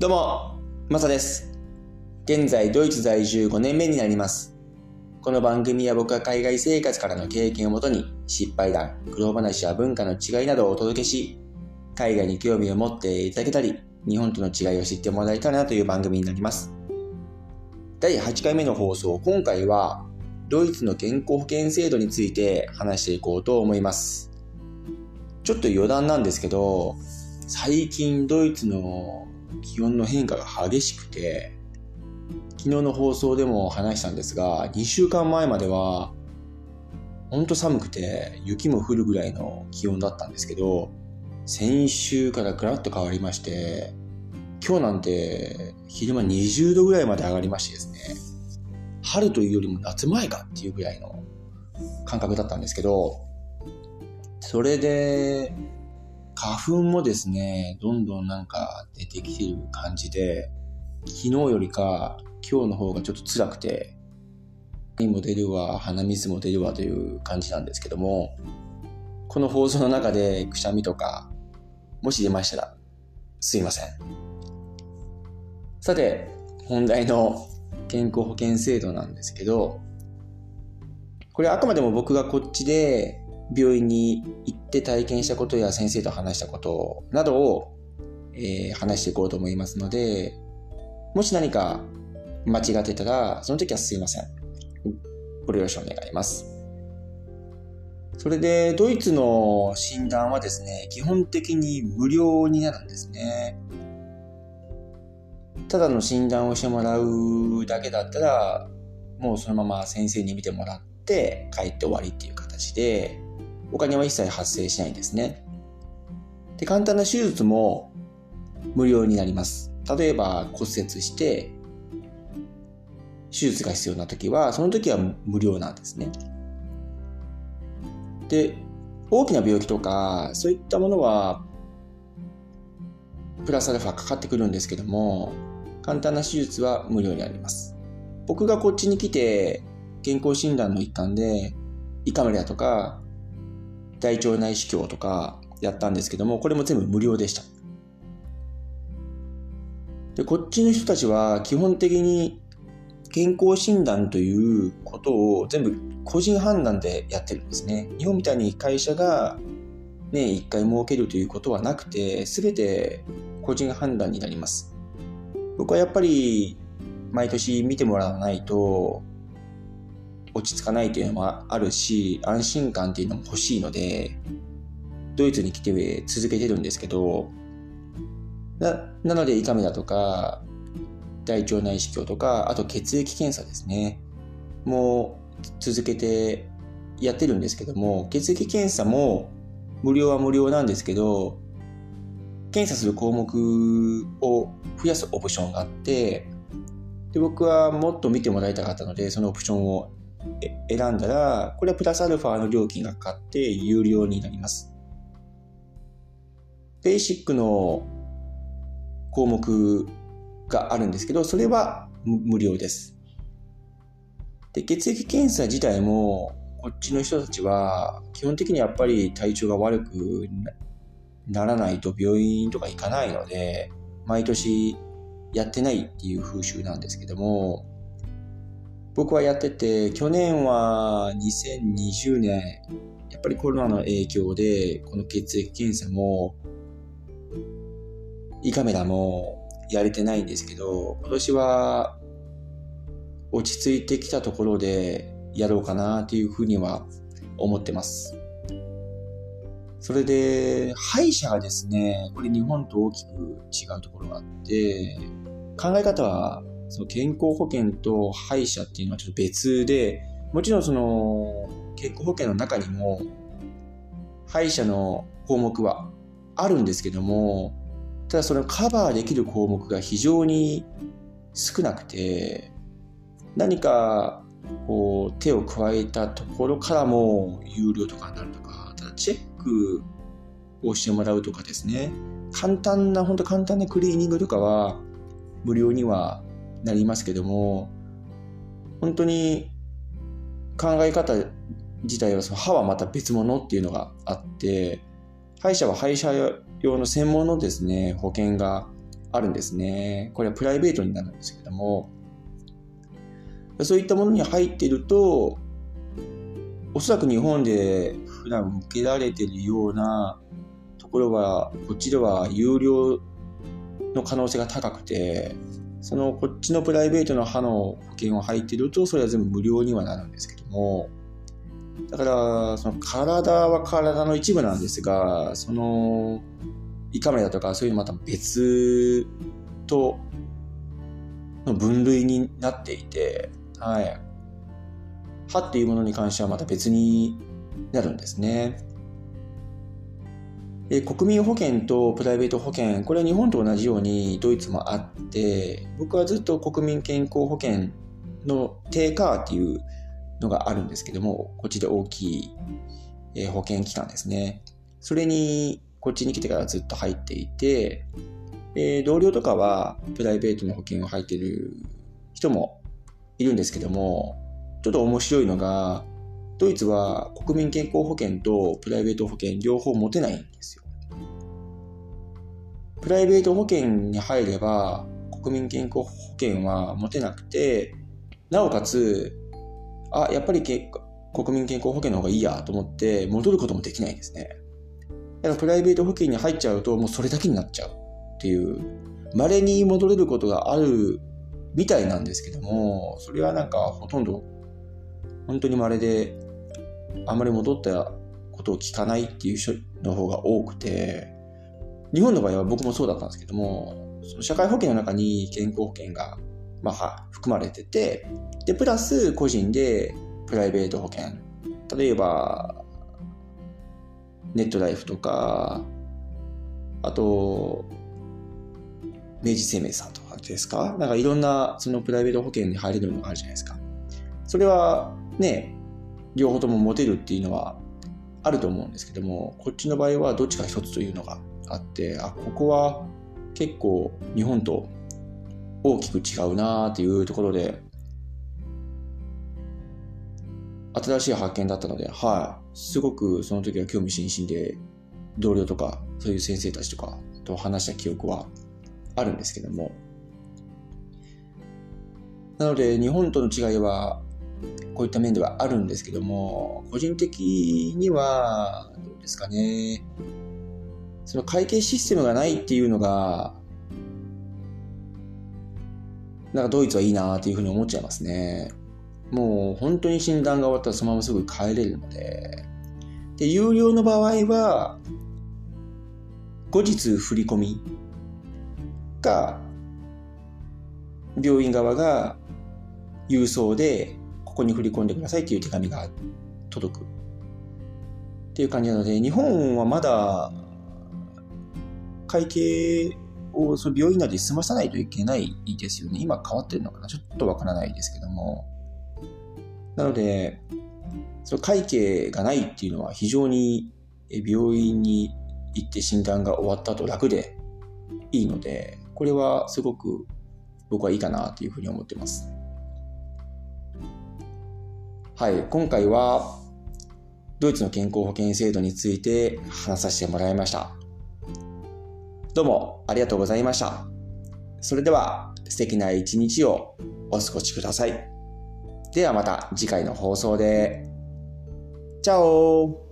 どうも、マサです。現在ドイツ在住5年目になります。この番組は僕が海外生活からの経験をもとに失敗談、苦労話や文化の違いなどをお届けし、海外に興味を持っていただけたり、日本との違いを知ってもらえたらなという番組になります。第8回目の放送、今回はドイツの健康保険制度について話していこうと思います。ちょっと余談なんですけど、最近ドイツの気温の変化が激しくて、昨日の放送でも話したんですが、2週間前まではほんと寒くて雪も降るぐらいの気温だったんですけど、先週からガラッと変わりまして、今日なんて昼間20度ぐらいまで上がりましてですね、春というよりも夏前かっていうぐらいの感覚だったんですけど、それで花粉もですね、どんどん出てきてる感じで、昨日よりか今日の方がちょっと辛くて、鼻も出るわ、鼻水も出るわという感じなんですけども、この放送の中でくしゃみとかもし出ましたらすいません。さて、本題の健康保険制度なんですけど、これあくまでも僕がこっちで病院に行って体験したことや先生と話したことなどを、話していこうと思いますので、もし何か間違ってたらその時はすいません。ご了承願います。それでドイツの診断はですね、基本的に無料になるんですね。ただの診断をしてもらうだけだったら、もうそのまま先生に見てもらって帰って終わりっていう形で、お金は一切発生しないんですね。で、簡単な手術も無料になります。例えば骨折して手術が必要な時は、その時は無料なんですね。で、大きな病気とかそういったものはプラスアルファかかってくるんですけども、簡単な手術は無料になります。僕がこっちに来て健康診断の一環で胃カメラとか大腸内視鏡とかやったんですけども、これも全部無料でした。で、こっちの人たちは基本的に健康診断ということを全部個人判断でやってるんですね。日本みたいに会社が年1回設けるということはなくて、全て個人判断になります。僕はやっぱり毎年見てもらわないと落ち着かないというのもあるし、安心感っていうのも欲しいので、ドイツに来て続けてるんですけど、なので胃カメラとか大腸内視鏡とか、あと血液検査ですね、もう続けてやってるんですけども、血液検査も無料は無料なんですけど、検査する項目を増やすオプションがあって、で、僕はもっと見てもらいたかったので、そのオプションを選んだら、これはプラスアルファの料金がかかって有料になります。ベーシックの項目があるんですけど、それは無料です。で、血液検査自体もこっちの人たちは基本的にやっぱり体調が悪くならないと病院とか行かないので、毎年やってないっていう風習なんですけども、僕はやってて、去年は2020年、やっぱりコロナの影響でこの血液検査も胃カメラもやれてないんですけど、今年は落ち着いてきたところでやろうかなっていうふうには思ってます。それで歯医者がですね、これ日本と大きく違うところがあって、考え方はその健康保険と歯医者っていうのはちょっと別で、もちろんその健康保険の中にも歯医者の項目はあるんですけども、ただそれをカバーできる項目が非常に少なくて、何かこう手を加えたところからも有料とかになるとか、ただチェックをしてもらうとかですね、本当簡単なクリーニングとかは無料にはなりますけども、本当に考え方自体はその歯はまた別物っていうのがあって、歯医者は歯医者用の専門のですね保険があるんですね。これはプライベートになるんですけども、そういったものに入っていると、おそらく日本で普段受けられているようなところは、こっちでは有料の可能性が高くて、こっちのプライベートの歯の保険を入っていると、それは全部無料にはなるんですけども、だから体は体の一部なんですが、胃カメラとかそういうのまた別との分類になっていて、はい、歯っていうものに関してはまた別になるんですね。国民保険とプライベート保険、これは日本と同じようにドイツもあって、僕はずっと国民健康保険の定価っていうのがあるんですけども、こっちで大きい保険機関ですね。それにこっちに来てからずっと入っていて、同僚とかはプライベートの保険を入っている人もいるんですけども、ちょっと面白いのが、ドイツは国民健康保険とプライベート保険両方持てないんですよ。プライベート保険に入れば国民健康保険は持てなくて、なおかつやっぱり国民健康保険の方がいいやと思って戻ることもできないんですね。だからプライベート保険に入っちゃうともうそれだけになっちゃうっていう、稀に戻れることがあるみたいなんですけども、それはほとんど本当に稀で、あんまり戻ったことを聞かないっていう人の方が多くて、日本の場合は僕もそうだったんですけども、その社会保険の中に健康保険が含まれてて、でプラス個人でプライベート保険、例えばネットライフとか、あと明治生命さんとかですか、いろんなそのプライベート保険に入れるのがあるじゃないですか。それはね、両方とも持てるっていうのはあると思うんですけども、こっちの場合はどっちか一つというのがあって、ここは結構日本と大きく違うなっていうところで、新しい発見だったので、すごくその時は興味津々で、同僚とかそういう先生たちとかと話した記憶はあるんですけども、なので日本との違いはこういった面ではあるんですけども、個人的にはどうですかね、その会計システムがないっていうのがドイツはいいなっていうふうに思っちゃいますね。もう本当に診断が終わったらそのまますぐ帰れるので、有料の場合は後日振り込みか、病院側が郵送でここに振り込んでくださいっていう手紙が届くっていう感じなので、日本はまだ会計をその病院内で済まさないといけないですよね。今変わってるのかな、ちょっとわからないですけども、なのでその会計がないっていうのは非常に病院に行って診断が終わった後楽でいいので、これはすごく僕はいいかなというふうに思ってます。はい、今回はドイツの健康保険制度について話させてもらいました。どうもありがとうございました。それでは素敵な一日をお過ごしください。ではまた次回の放送で。チャオ。